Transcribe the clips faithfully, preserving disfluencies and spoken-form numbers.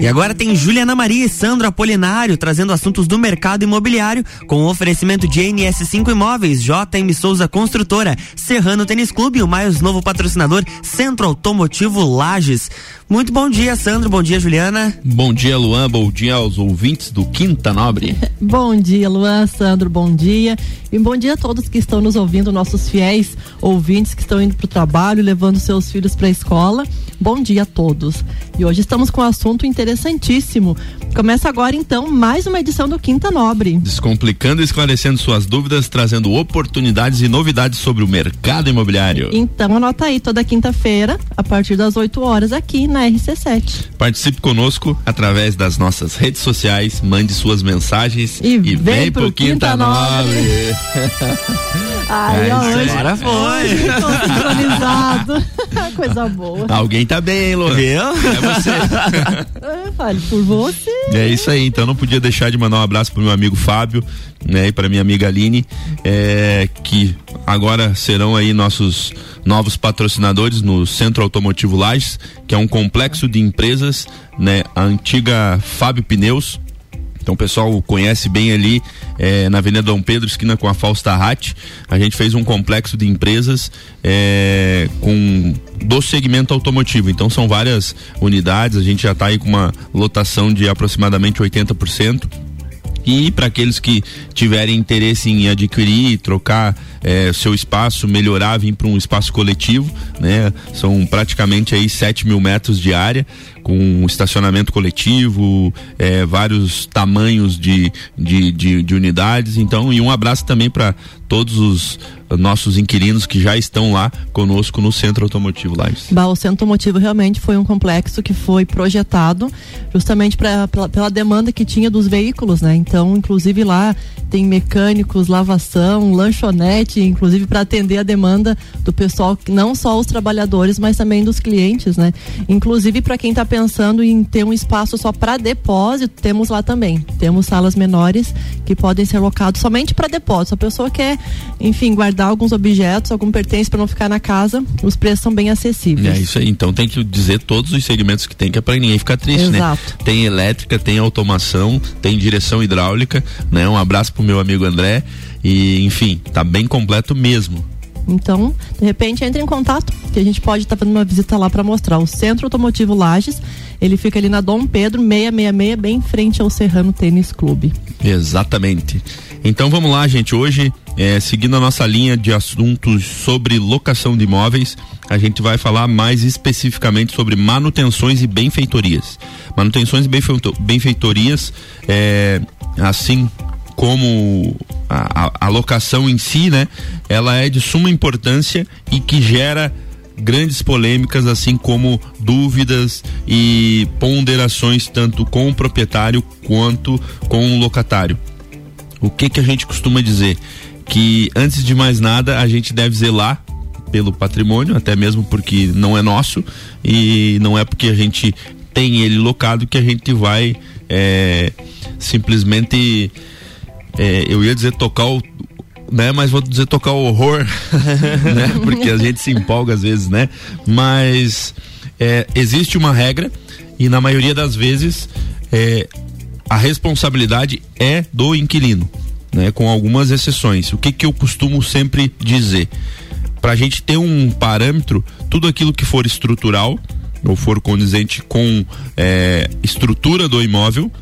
agora tem Juliana Maria e Sandro Apolinário trazendo assuntos do mercado imobiliário com o oferecimento de N S cinco Imóveis, J M Souza Construtora, Serrano Tênis Clube e o mais novo patrocinador Centro Automotivo Lages. Muito bom dia, Sandro. Bom dia, Juliana. Bom dia, Luan. Bom dia aos ouvintes do Quinta Nobre. Bom dia, Luan, Sandro. Bom dia. E bom dia a todos que estão nos ouvindo, nossos fiéis ouvintes que estão indo para o trabalho, levando seus filhos para a escola. Bom dia a todos. E hoje estamos com um assunto interessantíssimo. Começa agora, então, mais uma edição do Quinta Nobre. Descomplicando e esclarecendo suas dúvidas, trazendo oportunidades e novidades sobre o mercado imobiliário. Então, anota aí, toda quinta-feira, a partir das oito horas, aqui na R C sete. Participe conosco através das nossas redes sociais, mande suas mensagens e, e vem, vem pro, pro Quinta, Quinta Nobre. Ai, é hoje. Agora foi. Tô sincronizado. Coisa boa. Alguém tá bem, Lu. Viu? É você. É, fale por você. É isso aí, então não podia deixar de mandar um abraço pro meu amigo Fábio, né, e pra minha amiga Aline, é, que agora serão aí nossos novos patrocinadores no Centro Automotivo Lages, que é um complexo de empresas, né, a antiga Fábio Pneus. Então o pessoal conhece bem ali, é, na Avenida Dom Pedro, esquina com a Fausta Ratti. A gente fez um complexo de empresas é, com do segmento automotivo. Então são várias unidades, a gente já está aí com uma lotação de aproximadamente oitenta por cento. E para aqueles que tiverem interesse em adquirir, trocar é, seu espaço, melhorar, vir para um espaço coletivo, né? São praticamente aí sete mil metros de área, com estacionamento coletivo, é, vários tamanhos de, de, de, de unidades. Então, e um abraço também para todos os nossos inquilinos que já estão lá conosco no Centro Automotivo Lages. Bah, o Centro Automotivo realmente foi um complexo que foi projetado justamente pra, pela, pela demanda que tinha dos veículos, né? Então, inclusive lá tem mecânicos, lavação, lanchonete, inclusive para atender a demanda do pessoal, não só os trabalhadores, mas também dos clientes, né? Inclusive para quem está pensando em ter um espaço só para depósito, temos lá também. Temos salas menores que podem ser alocados somente para depósito. A pessoa quer, enfim, guardar alguns objetos, algum pertence para não ficar na casa, os preços são bem acessíveis. É isso aí, então tem que dizer todos os segmentos que tem, que é para ninguém ficar triste, Exato. né? Tem elétrica, tem automação, tem direção hidráulica, né? Um abraço pro meu amigo André e, enfim, tá bem completo mesmo. Então, de repente, entre em contato, que a gente pode estar tá fazendo uma visita lá para mostrar. O Centro Automotivo Lages, ele fica ali na Dom Pedro seiscentos e sessenta e seis, bem em frente ao Serrano Tênis Clube. Exatamente. Então vamos lá, gente. Hoje, é, seguindo a nossa linha de assuntos sobre locação de imóveis, a gente vai falar mais especificamente sobre manutenções e benfeitorias. Manutenções e benfeitorias, é, assim como a, a, a locação em si, né? Ela é de suma importância e que gera grandes polêmicas, assim como dúvidas e ponderações tanto com o proprietário quanto com o locatário. O que que a gente costuma dizer? Que antes de mais nada a gente deve zelar pelo patrimônio, até mesmo porque não é nosso e não é porque a gente tem ele locado que a gente vai é, simplesmente é, eu ia dizer tocar o né, mas vou dizer tocar o horror, né, porque a gente se empolga às vezes, né, mas é, existe uma regra e na maioria das vezes é, a responsabilidade é do inquilino, né, com algumas exceções. O que que eu costumo sempre dizer? Pra gente ter um parâmetro, tudo aquilo que for estrutural ou for condizente com é, estrutura do imóvel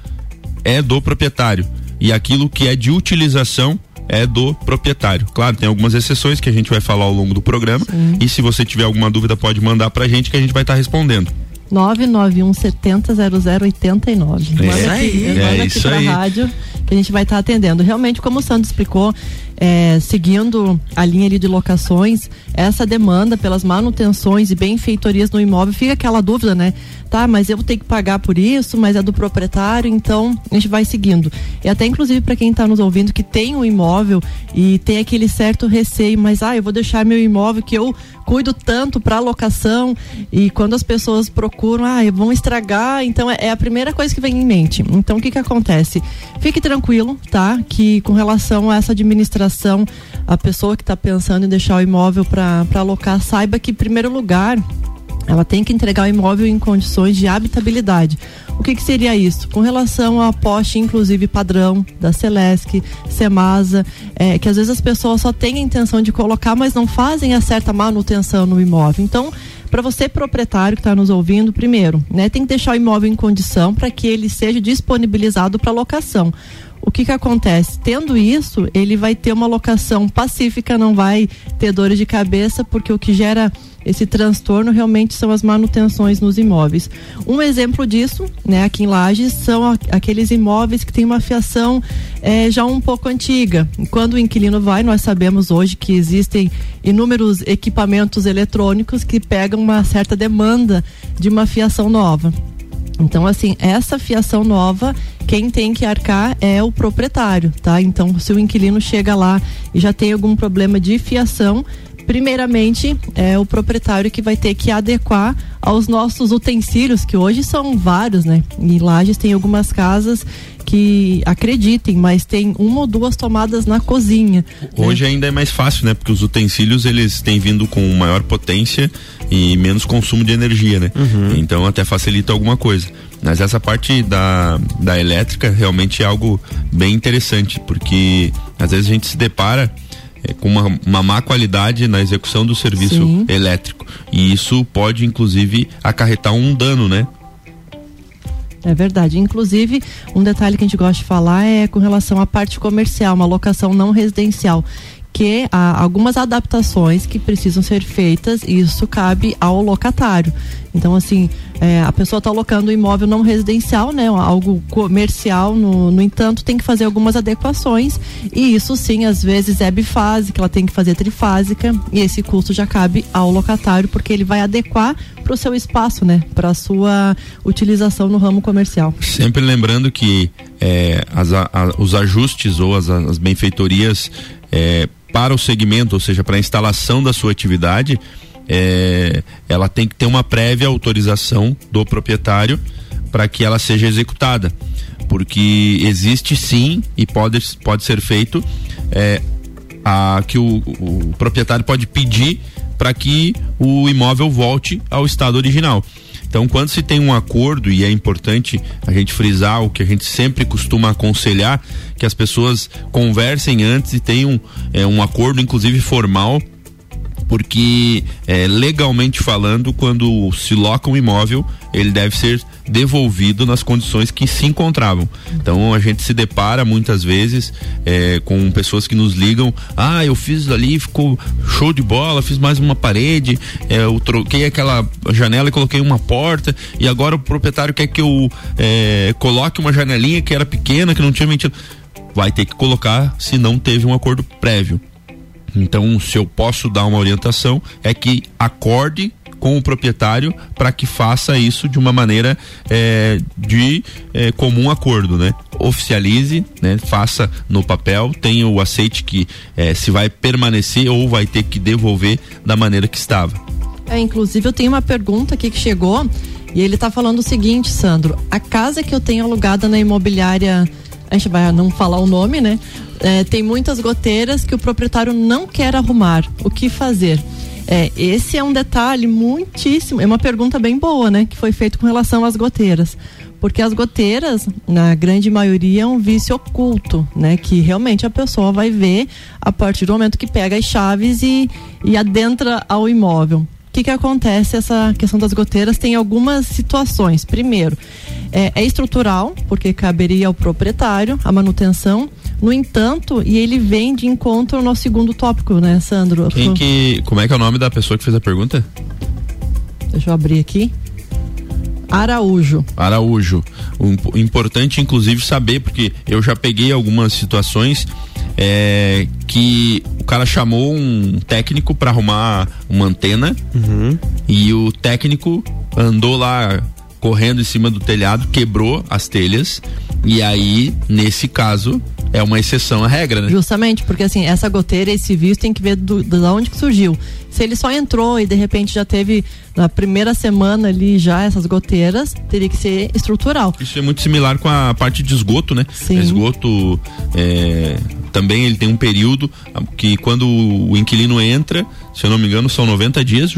é do proprietário e aquilo que é de utilização é do proprietário. Claro, tem algumas exceções que a gente vai falar ao longo do programa. Sim. E se você tiver alguma dúvida pode mandar pra gente que a gente vai estar tá respondendo. nove nove um setenta zero zero oitenta e nove. É, manda aqui, é manda isso aqui pra aí. rádio que a gente vai estar tá atendendo. Realmente, como o Sandro explicou, é, seguindo a linha ali de locações, essa demanda pelas manutenções e benfeitorias no imóvel, fica aquela dúvida, né? Tá, mas eu vou ter que pagar por isso, mas é do proprietário, então a gente vai seguindo. E até inclusive para quem está nos ouvindo que tem um imóvel e tem aquele certo receio, mas ah, eu vou deixar meu imóvel que eu cuido tanto para locação, e quando as pessoas procuram, ah, vão estragar, então é, é a primeira coisa que vem em mente. Então o que que acontece? Fique tranquilo, tá? Que com relação a essa administração, a pessoa que está pensando em deixar o imóvel para alocar, saiba que em primeiro lugar ela tem que entregar o imóvel em condições de habitabilidade. O que que seria isso? Com relação a poste, inclusive padrão da Celesc, Semasa, é, que às vezes as pessoas só têm a intenção de colocar, mas não fazem a certa manutenção no imóvel. Então, para você proprietário que está nos ouvindo, primeiro, né, tem que deixar o imóvel em condição para que ele seja disponibilizado para locação. O que que acontece? Tendo isso, ele vai ter uma locação pacífica, não vai ter dores de cabeça, porque o que gera esse transtorno realmente são as manutenções nos imóveis. Um exemplo disso, né, aqui em Lages, são a, aqueles imóveis que têm uma fiação é, já um pouco antiga. Quando o inquilino vai, nós sabemos hoje que existem inúmeros equipamentos eletrônicos que pegam uma certa demanda de uma fiação nova. Então, assim, essa fiação nova, quem tem que arcar é o proprietário, tá? Então, se o inquilino chega lá e já tem algum problema de fiação, primeiramente é o proprietário que vai ter que adequar aos nossos utensílios, que hoje são vários, né? Em Lages tem algumas casas que, acreditem, mas tem uma ou duas tomadas na cozinha. Hoje né? ainda é mais fácil, né? Porque os utensílios, eles têm vindo com maior potência e menos consumo de energia, né? Uhum. Então até facilita alguma coisa. Mas essa parte da, da elétrica realmente é algo bem interessante, porque às vezes a gente se depara é, com uma, uma má qualidade na execução do serviço Sim. elétrico. E isso pode, inclusive, acarretar um dano, né? É verdade. Inclusive, um detalhe que a gente gosta de falar é com relação à parte comercial, uma locação não residencial, que há algumas adaptações que precisam ser feitas e isso cabe ao locatário. Então, assim, é, a pessoa está alocando um imóvel não residencial, né, algo comercial, no, no entanto, tem que fazer algumas adequações e isso sim, às vezes é bifásica, ela tem que fazer trifásica e esse custo já cabe ao locatário porque ele vai adequar para o seu espaço, né, para a sua utilização no ramo comercial. Sempre lembrando que é, as, a, os ajustes ou as, as benfeitorias é, para o segmento, ou seja, para a instalação da sua atividade, é, ela tem que ter uma prévia autorização do proprietário para que ela seja executada, porque existe sim e pode, pode ser feito é, a, que o, o proprietário pode pedir para que o imóvel volte ao estado original. Então, quando se tem um acordo, e é importante a gente frisar o que a gente sempre costuma aconselhar, que as pessoas conversem antes e tenham é, um acordo, inclusive formal, porque é, legalmente falando, quando se loca um imóvel, ele deve ser devolvido nas condições que se encontravam. Então a gente se depara muitas vezes é, com pessoas que nos ligam, ah, eu fiz ali, ficou show de bola, fiz mais uma parede, é, eu troquei aquela janela e coloquei uma porta e agora o proprietário quer que eu é, coloque uma janelinha que era pequena, que não tinha mentira. Vai ter que colocar se não teve um acordo prévio. Então, se eu posso dar uma orientação, é que acorde com o proprietário para que faça isso de uma maneira é, de é, comum acordo, né? Oficialize, né? Faça no papel, tenha o aceite que é, se vai permanecer ou vai ter que devolver da maneira que estava. É, inclusive eu tenho uma pergunta aqui que chegou e ele está falando o seguinte, Sandro, a casa que eu tenho alugada na imobiliária, a gente vai não falar o nome, né? É, tem muitas goteiras que o proprietário não quer arrumar. O que fazer? É, esse é um detalhe muitíssimo, é uma pergunta bem boa, né? Que foi feito com relação às goteiras. Porque as goteiras, na grande maioria, é um vício oculto, né? Que realmente a pessoa vai ver a partir do momento que pega as chaves e, e adentra ao imóvel. O que que acontece? Essa questão das goteiras tem algumas situações. Primeiro, é, é estrutural, porque caberia ao proprietário a manutenção. No entanto, e ele vem de encontro ao nosso segundo tópico, né, Sandro? Quem que, como é que é o nome da pessoa que fez a pergunta? Deixa eu abrir aqui. Araújo. Araújo. O importante, inclusive, saber, porque eu já peguei algumas situações é, que o cara chamou um técnico para arrumar uma antena uhum. e o técnico andou lá correndo em cima do telhado, quebrou as telhas e aí, nesse caso, é uma exceção à regra, né? Justamente, porque assim, essa goteira, esse vício tem que ver do, de onde que surgiu. Se ele só entrou e de repente já teve na primeira semana ali já essas goteiras, teria que ser estrutural. Isso é muito similar com a parte de esgoto, né? Sim. Esgoto é, também ele tem um período que quando o inquilino entra, se eu não me engano, são noventa dias, Juliana?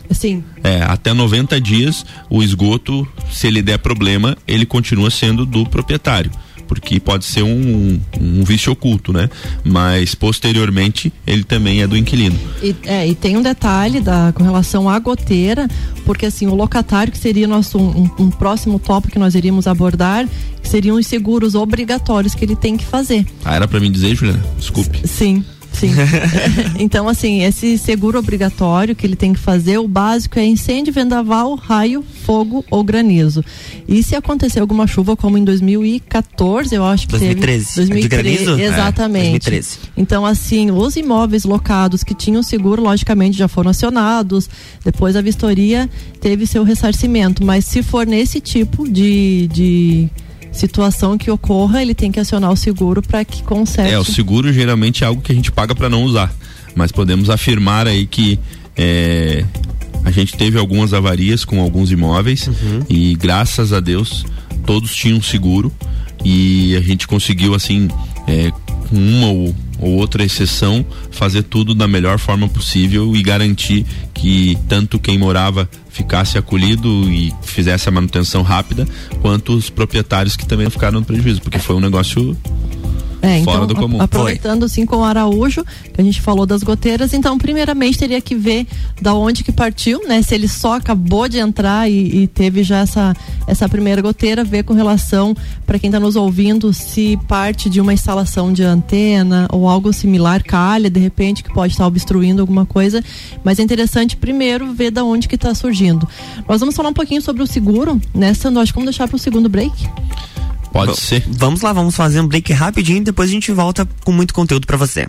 Sim. É, até noventa dias, o esgoto, se ele der problema, ele continua sendo do proprietário, porque pode ser um, um vício oculto, né? Mas posteriormente ele também é do inquilino. E, é, e tem um detalhe da, com relação à goteira, porque assim, o locatário, que seria nosso, um, um próximo tópico que nós iríamos abordar, que seriam os seguros obrigatórios que ele tem que fazer. Ah, era pra mim dizer, Juliana? Desculpe. Sim. Sim. Então, assim, esse seguro obrigatório que ele tem que fazer, o básico é incêndio, vendaval, raio, fogo ou granizo. E se acontecer alguma chuva, como em dois mil e quatorze, eu acho que dois mil e treze. teve. dois mil e treze. De granizo? Exatamente. É, dois mil e treze. Então, assim, os imóveis locados que tinham seguro, logicamente, já foram acionados. Depois a vistoria teve seu ressarcimento. Mas se for nesse tipo de... de situação que ocorra, ele tem que acionar o seguro para que conserte. É, o seguro geralmente é algo que a gente paga para não usar, mas podemos afirmar aí que é, a gente teve algumas avarias com alguns imóveis, uhum, e graças a Deus todos tinham seguro e a gente conseguiu, assim, é, com uma ou, ou outra exceção, fazer tudo da melhor forma possível e garantir que tanto quem morava ficasse acolhido e fizesse a manutenção rápida, quanto os proprietários que também ficaram no prejuízo, porque foi um negócio É, então, fora do comum. Aproveitando assim com o Araújo, que a gente falou das goteiras, então primeiramente teria que ver da onde que partiu, né? Se ele só acabou de entrar e, e teve já essa, essa primeira goteira, ver com relação, para quem está nos ouvindo, se parte de uma instalação de antena ou algo similar, calha, de repente, que pode estar obstruindo alguma coisa, mas é interessante primeiro ver da onde que está surgindo. Nós vamos falar um pouquinho sobre o seguro, né, Sandro? Acho que vamos deixar para o segundo break? Pode ser. Vamos lá, vamos fazer um break rapidinho e depois a gente volta com muito conteúdo pra você.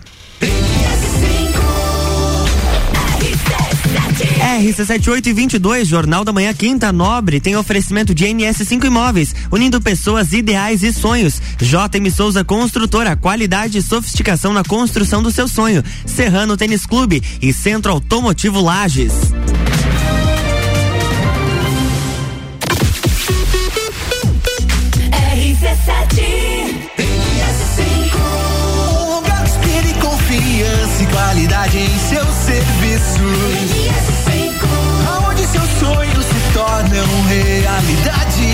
R C sete oito e vinte e dois, Jornal da Manhã, Quinta Nobre, tem oferecimento de N S cinco Imóveis, unindo pessoas, ideais e sonhos. J M Souza Construtora, qualidade e sofisticação na construção do seu sonho. Serrano Tênis Clube e Centro Automotivo Lages. Um lugar de espírito e confiança e qualidade em seu serviço. Aonde seus sonhos se tornam realidade.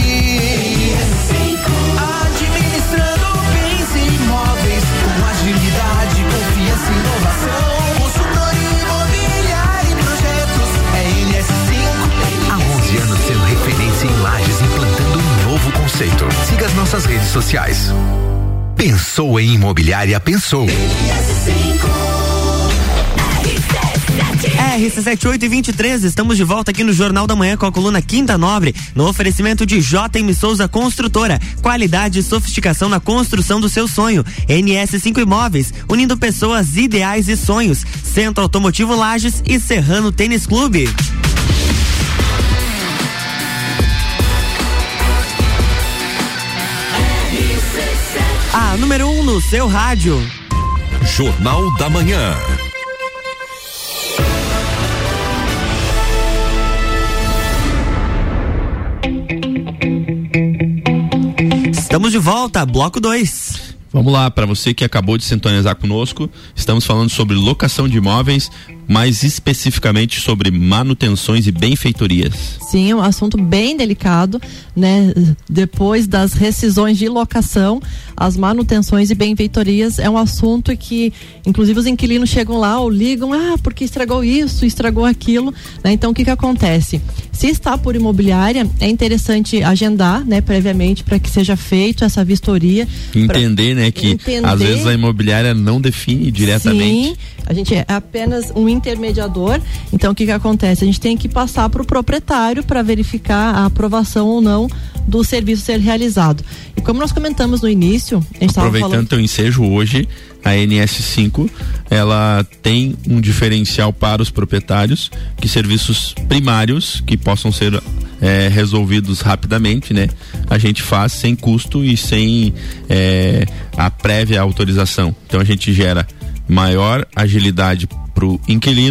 Administrando bens e imóveis com agilidade, confiança e inovação. Consultoria imobiliária e projetos é N S cinco. Há onze anos sendo referência em Lages, implantando um novo conceito. Siga as nossas redes sociais. Pensou em imobiliária, pensou. R C sete oito e vinte e três, estamos de volta aqui no Jornal da Manhã com a coluna Quinta Nobre, no oferecimento de J M Souza Construtora, qualidade e sofisticação na construção do seu sonho. N S cinco Imóveis, unindo pessoas, ideais e sonhos. Centro Automotivo Lages e Serrano Tênis Clube. A número um no seu rádio. Jornal da Manhã. Estamos de volta, bloco dois. Vamos lá, para você que acabou de sintonizar conosco, estamos falando sobre locação de imóveis, mais especificamente sobre manutenções e benfeitorias. Sim, é um assunto bem delicado, né? Depois das rescisões de locação, as manutenções e benfeitorias é um assunto que, inclusive, os inquilinos chegam lá ou ligam, ah, porque estragou isso, estragou aquilo, né? Então, o que que acontece? Se está por imobiliária, é interessante agendar, né, previamente, para que seja feito essa vistoria. Entender, né, que entender, às vezes a imobiliária não define diretamente. Sim, a gente é apenas um intermediador. Então, o que que acontece? A gente tem que passar para o proprietário para verificar a aprovação ou não do serviço ser realizado. E como nós comentamos no início, a gente estava aproveitando falando... teu ensejo, hoje a N S cinco, ela tem um diferencial para os proprietários, que serviços primários que possam ser é, resolvidos rapidamente, né? A gente faz sem custo e sem é, a prévia autorização. Então a gente gera maior agilidade pro inquilino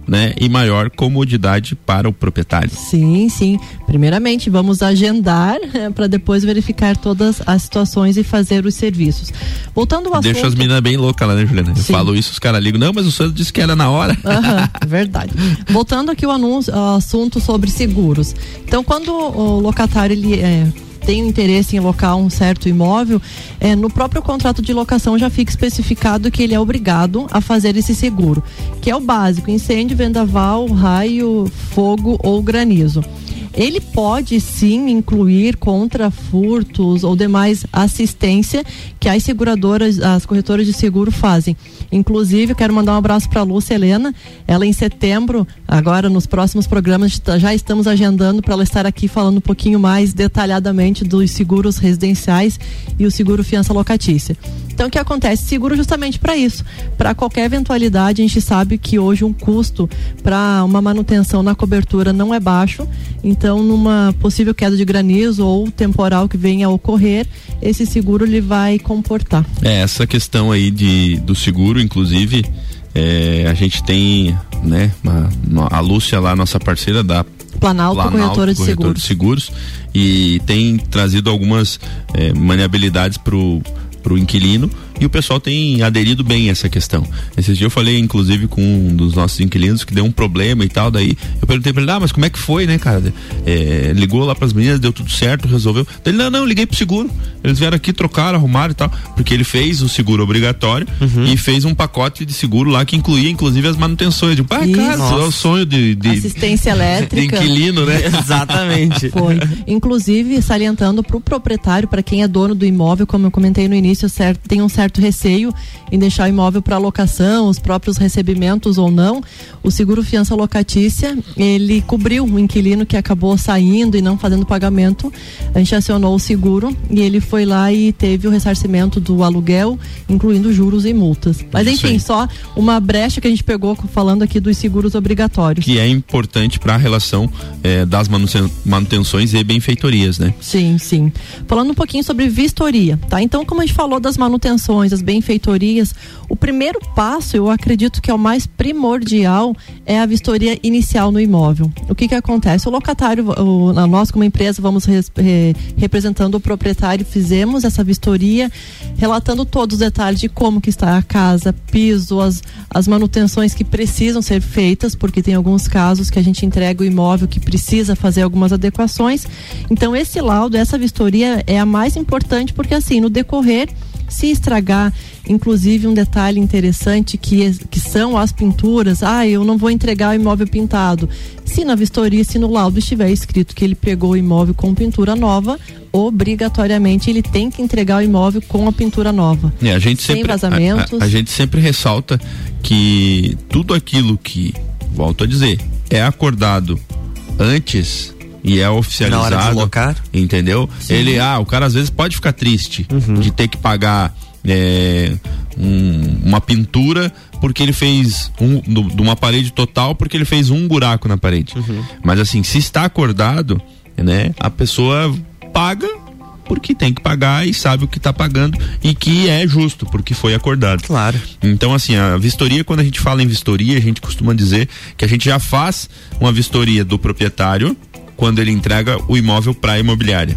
né, e maior comodidade para o proprietário. Sim, sim. Primeiramente, vamos agendar para depois verificar todas as situações e fazer os serviços. Voltando ao Deixa assunto... as meninas bem loucas lá, né, Juliana? Eu Sim. falo isso, os caras ligam, não, mas o senhor disse que era na hora. Uhum, verdade. Voltando aqui ao anúncio, ao assunto sobre seguros. Então, quando o locatário ele é, tem interesse em locar um certo imóvel, é, no próprio contrato de locação já fica especificado que ele é obrigado a fazer esse seguro, que é o básico: incêndio, vendaval, raio, fogo ou granizo. Ele pode sim incluir contra furtos ou demais assistência que as seguradoras, as corretoras de seguro fazem. Inclusive, eu quero mandar um abraço para a Lúcia Helena. Ela em setembro, agora nos próximos programas, já estamos agendando para ela estar aqui falando um pouquinho mais detalhadamente dos seguros residenciais e o seguro fiança locatícia. Então, o que acontece? Seguro justamente para isso. Para qualquer eventualidade, a gente sabe que hoje um custo para uma manutenção na cobertura não é baixo. Então, numa possível queda de granizo ou temporal que venha a ocorrer, esse seguro ele vai comportar. É, essa questão aí de, do seguro, inclusive, é, a gente tem, né, uma, uma, a Lúcia lá, nossa parceira da Planalto, Planalto corretora de corretora seguros. de seguros, e tem trazido algumas é, maniabilidades pro pro inquilino, e o pessoal tem aderido bem a essa questão. Esses dias eu falei, inclusive, com um dos nossos inquilinos que deu um problema e tal, daí eu perguntei pra ele, ah, mas como é que foi, né, cara? É, ligou lá pras meninas, deu tudo certo, resolveu. Ele, não, não, liguei pro seguro. Eles vieram aqui, trocaram, arrumaram e tal, porque ele fez o seguro obrigatório uhum. e fez um pacote de seguro lá que incluía, inclusive, as manutenções. Tipo, ah, cara, isso é o sonho de, de assistência elétrica. De inquilino, né? Exatamente. Foi. Inclusive, salientando pro proprietário, para quem é dono do imóvel, como eu comentei no início, certo, tem um certo receio em deixar o imóvel para locação, os próprios recebimentos ou não. O seguro fiança locatícia, ele cobriu o inquilino que acabou saindo e não fazendo pagamento. A gente acionou o seguro e ele foi lá e teve o ressarcimento do aluguel, incluindo juros e multas. Mas enfim, só uma brecha que a gente pegou falando aqui dos seguros obrigatórios. Que é importante para a relação eh, das manutenções e benfeitorias, né? Sim, sim. Falando um pouquinho sobre vistoria, tá? Então, como a gente falou das manutenções, das benfeitorias, o primeiro passo, eu acredito que é o mais primordial, é a vistoria inicial no imóvel. O que que acontece? O locatário, o, nós como empresa vamos res, re, representando o proprietário, fizemos essa vistoria, relatando todos os detalhes de como que está a casa, piso, as, as manutenções que precisam ser feitas, porque tem alguns casos que a gente entrega o imóvel que precisa fazer algumas adequações. Então, esse laudo, essa vistoria é a mais importante, porque assim, no decorrer, se estragar, inclusive um detalhe interessante que, que são as pinturas, ah, eu não vou entregar o imóvel pintado. Se na vistoria, se no laudo estiver escrito que ele pegou o imóvel com pintura nova, obrigatoriamente ele tem que entregar o imóvel com a pintura nova. É, a gente sem sempre, vazamentos. A, a, a gente sempre ressalta que tudo aquilo que, volto a dizer, é acordado antes e é oficializado, na hora de locar, entendeu? Sim. Ele, ah, o cara às vezes pode ficar triste uhum. de ter que pagar é, um, uma pintura porque ele fez um, de uma parede total, porque ele fez um buraco na parede. Uhum. Mas assim, se está acordado, né, a pessoa paga porque tem que pagar e sabe o que está pagando e que é justo, porque foi acordado. Claro. Então, assim, a vistoria, quando a gente fala em vistoria, a gente costuma dizer que a gente já faz uma vistoria do proprietário quando ele entrega o imóvel para a imobiliária.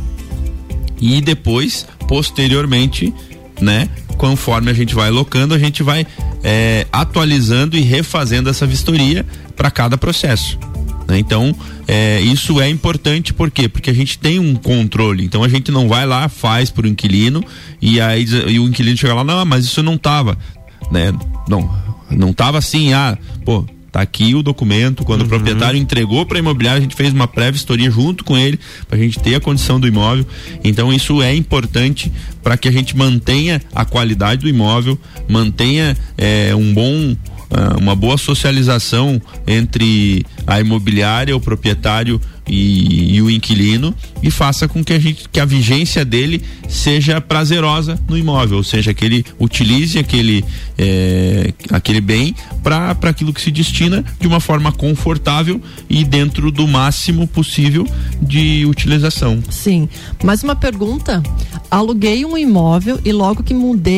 E depois, posteriormente, né, conforme a gente vai locando, a gente vai é, atualizando e refazendo essa vistoria para cada processo. Né? Então, é, isso é importante, por quê? Porque a gente tem um controle, então a gente não vai lá, faz pro inquilino e aí e o inquilino chega lá, não, mas isso não tava, né? Não, não tava assim, ah, pô, tá aqui o documento, quando uhum. o proprietário entregou para a imobiliária, a gente fez uma pré-vistoria junto com ele, pra gente ter a condição do imóvel. Então isso é importante para que a gente mantenha a qualidade do imóvel, mantenha é, um bom uma boa socialização entre a imobiliária, o proprietário e, e o inquilino, e faça com que a gente, que a vigência dele seja prazerosa no imóvel, ou seja, que ele utilize aquele é, aquele bem para para aquilo que se destina de uma forma confortável e dentro do máximo possível de utilização. Sim, mais uma pergunta: aluguei um imóvel e logo que mudei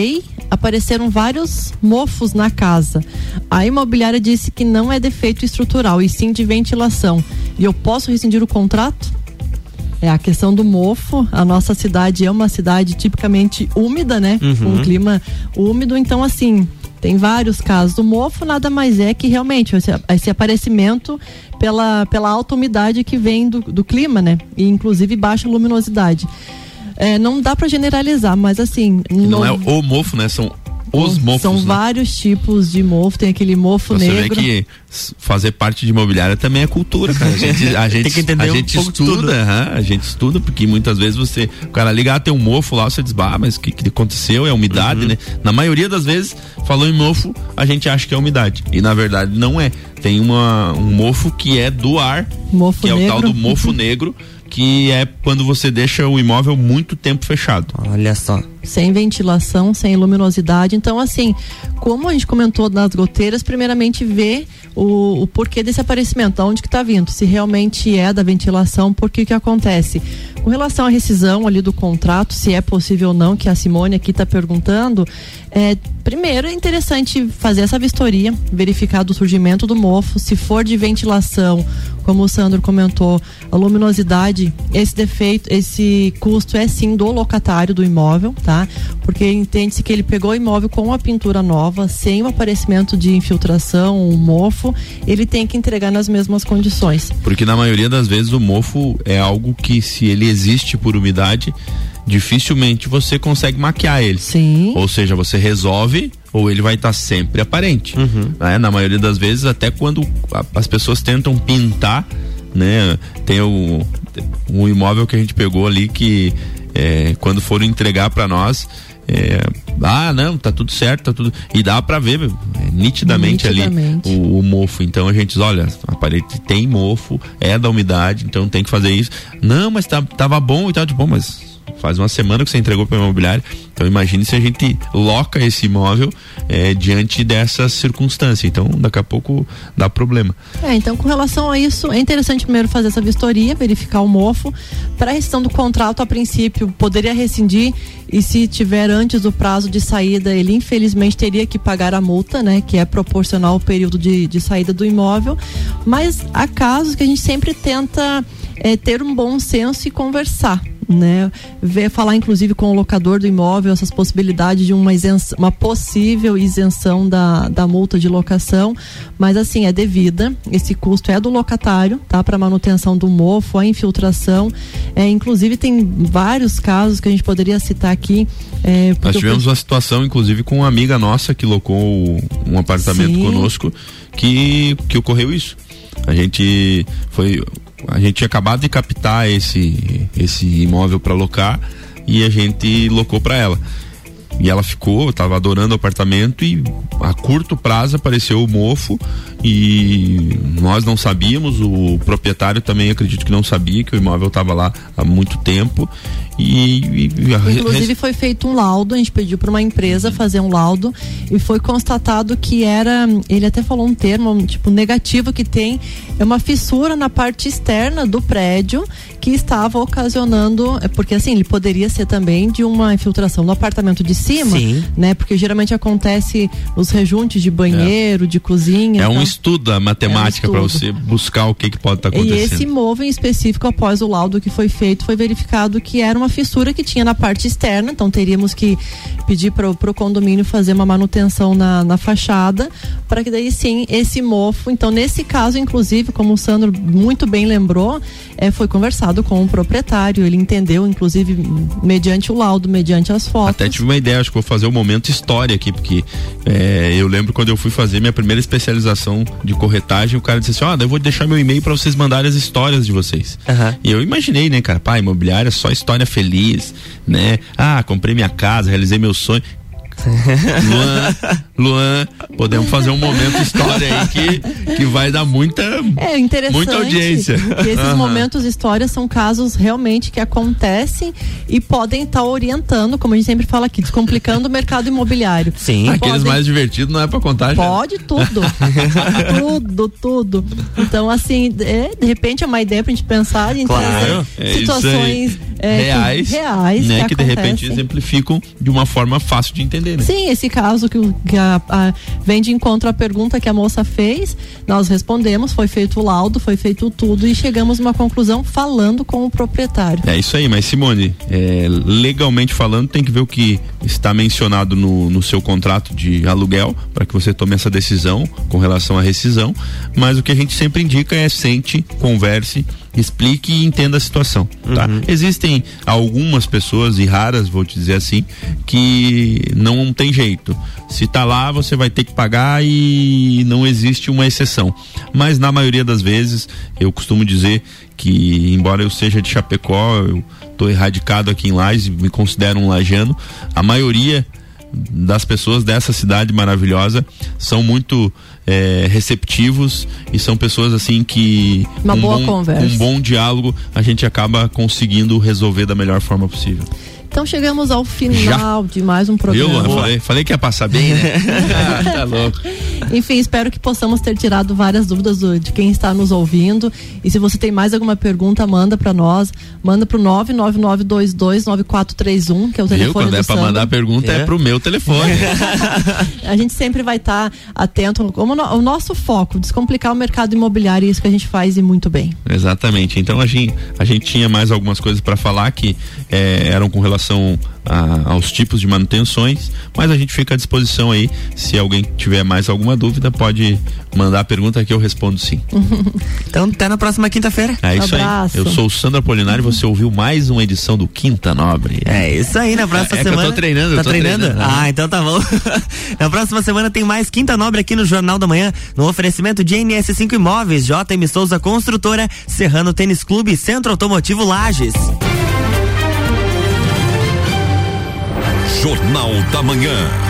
apareceram vários mofos na casa. A imobiliária disse que não é defeito estrutural, e sim de ventilação. E eu posso rescindir o contrato? É a questão do mofo. A nossa cidade é uma cidade tipicamente úmida, né? Uhum. Com um clima úmido, então assim, tem vários casos. O mofo nada mais é que realmente esse, esse aparecimento pela, pela alta umidade que vem do, do clima, né? E inclusive baixa luminosidade. É, não dá para generalizar, mas assim... Não, não é o mofo, né? São os mofos. São né? vários tipos de mofo, tem aquele mofo Você negro. Você vê que fazer parte de imobiliária também é cultura, cara. A gente, a gente, tem que entender a um gente pouco de tudo. estuda, uh-huh, a gente estuda, porque muitas vezes você, o cara liga, ah, tem um mofo lá, você diz, bah, mas o que, que aconteceu? É umidade, uhum. né? Na maioria das vezes, falou em mofo, a gente acha que é umidade. E na verdade não é. Tem uma, um mofo que é do ar, mofo que negro. é o tal do mofo negro, que é quando você deixa o imóvel muito tempo fechado. Olha só. Sem ventilação, sem luminosidade. Então, assim, como a gente comentou nas goteiras, primeiramente ver o, o porquê desse aparecimento, aonde que está vindo, se realmente é da ventilação, por que que acontece. Com relação à rescisão ali do contrato, se é possível ou não, que a Simone aqui está perguntando, é, primeiro é interessante fazer essa vistoria, verificar do surgimento do mofo, se for de ventilação, como o Sandro comentou, a luminosidade, esse defeito, esse custo é sim do locatário do imóvel, tá? Porque entende-se que ele pegou o imóvel com a pintura nova, sem o aparecimento de infiltração, o mofo, ele tem que entregar nas mesmas condições. Porque na maioria das vezes o mofo é algo que, se ele existe por umidade, dificilmente você consegue maquiar ele. Sim. Ou seja, você resolve ou ele vai estar tá sempre aparente. Uhum. Né? Na maioria das vezes, até quando a, as pessoas tentam pintar, né? Tem o, um imóvel que a gente pegou ali que é, quando foram entregar para nós, é, ah, não, tá tudo certo, tá tudo. E dá pra ver é, nitidamente, nitidamente ali o, o mofo. Então a gente diz, olha, a parede tem mofo, é da umidade, então tem que fazer isso. Não, mas tá, tava bom e tal, de bom, mas faz uma semana que você entregou para o imobiliário, então imagine se a gente loca esse imóvel é, diante dessa circunstância, então daqui a pouco dá problema. É, então com relação a isso, é interessante primeiro fazer essa vistoria, verificar o mofo. Para a rescisão do contrato, a princípio, poderia rescindir, e se tiver antes do prazo de saída, ele infelizmente teria que pagar a multa, né, que é proporcional ao período de, de saída do imóvel, mas há casos que a gente sempre tenta é, ter um bom senso e conversar, né, ver, falar inclusive com o locador do imóvel essas possibilidades de uma isenção, uma possível isenção da, da multa de locação, mas assim, é devida, esse custo é do locatário, tá, para manutenção do mofo, a infiltração, é, inclusive tem vários casos que a gente poderia citar aqui. É, nós tivemos eu... uma situação inclusive com uma amiga nossa que locou um apartamento Sim. conosco, que, que ocorreu isso. A gente foi A gente tinha acabado de captar esse, esse imóvel para locar e a gente locou para ela. E ela ficou, estava adorando o apartamento e a curto prazo apareceu o mofo e nós não sabíamos, o proprietário também acredito que não sabia que o imóvel estava lá há muito tempo. E, e, inclusive foi feito um laudo, a gente pediu para uma empresa fazer um laudo e foi constatado que era, ele até falou um termo, tipo, negativo, que tem é uma fissura na parte externa do prédio que estava ocasionando, porque assim, ele poderia ser também de uma infiltração no apartamento de cima, Sim. né? Porque geralmente acontece nos rejuntes de banheiro, é. de cozinha. É um estudo, a matemática, é um para você buscar o que que pode estar tá acontecendo. E esse imóvel em específico, após o laudo que foi feito, foi verificado que era uma fissura que tinha na parte externa, então teríamos que pedir para o condomínio fazer uma manutenção na, na fachada, para que daí sim, esse mofo, então nesse caso, inclusive, como o Sandro muito bem lembrou, é, foi conversado com o proprietário, ele entendeu, inclusive, mediante o laudo, mediante as fotos. Até tive uma ideia, acho que vou fazer o um momento história aqui, porque é, eu lembro quando eu fui fazer minha primeira especialização de corretagem, o cara disse assim, ó, oh, eu vou deixar meu e-mail para vocês mandarem as histórias de vocês. Uhum. E eu imaginei, né, cara, pá, imobiliária, só história feliz, né? Ah, comprei minha casa, realizei meu sonho. Luan, Luan, podemos fazer um momento história aí que, que vai dar muita, é interessante, muita audiência. Que esses uhum. momentos história são casos realmente que acontecem e podem estar tá orientando, como a gente sempre fala aqui, descomplicando o mercado imobiliário. Sim. Aqueles podem... mais divertidos não é pra contar, já. Pode tudo. tudo, tudo. Então, assim, é, de repente é uma ideia pra gente pensar em claro. é situações é, reais, que, reais né, que, que de repente exemplificam de uma forma fácil de entender. responder, né? Sim, esse caso que, o- que a, a- vem de encontro à pergunta que a moça fez, nós respondemos, foi feito o laudo, foi feito tudo e chegamos a uma conclusão falando com o proprietário. É isso aí, mas Simone, é, legalmente falando, tem que ver o que está mencionado no, no seu contrato de aluguel para que você tome essa decisão com relação à rescisão, mas o que a gente sempre indica é sente, converse, explique e entenda a situação, tá? Uhum. Existem algumas pessoas, e raras, vou te dizer assim, que não tem jeito. Se tá lá, você vai ter que pagar e não existe uma exceção. Mas na maioria das vezes, eu costumo dizer que, embora eu seja de Chapecó, eu tô erradicado aqui em Lages, me considero um lajano, a maioria das pessoas dessa cidade maravilhosa são muito é, receptivos e são pessoas assim que Uma um boa bom, conversa. um bom diálogo a gente acaba conseguindo resolver da melhor forma possível. Então chegamos ao final de mais um Viu, Luan? programa. Falei, falei que ia passar bem, né? Ah, tá louco. Enfim, espero que possamos ter tirado várias dúvidas do- de quem está nos ouvindo. E se você tem mais alguma pergunta, manda para nós. Manda pro nove nove nove dois dois nove quatro três um, que é o Viu? telefone Quando do é pra Sandro. mandar a pergunta, é, É. pro meu telefone. A gente sempre vai estar atento. Como no- o nosso foco, descomplicar o mercado imobiliário, é isso que a gente faz e muito bem. Exatamente. Então a gente, a gente tinha mais algumas coisas para falar que eh, eram com relação a- aos tipos de manutenções, mas a gente fica à disposição aí. Se alguém tiver mais alguma dúvida, pode mandar a pergunta que eu respondo sim. Então, até na próxima quinta-feira. É isso Abraço. aí. Eu sou o Sandro Apolinário e você ouviu mais uma edição do Quinta Nobre. É isso aí, na próxima É que eu tô semana. treinando, eu Tá tô treinando? treinando. Ah, então tá bom. Na próxima semana tem mais Quinta Nobre aqui no Jornal da Manhã, no oferecimento de N S cinco Imóveis, J M Souza Construtora, Serrano Tênis Clube, Centro Automotivo Lages. Jornal da Manhã.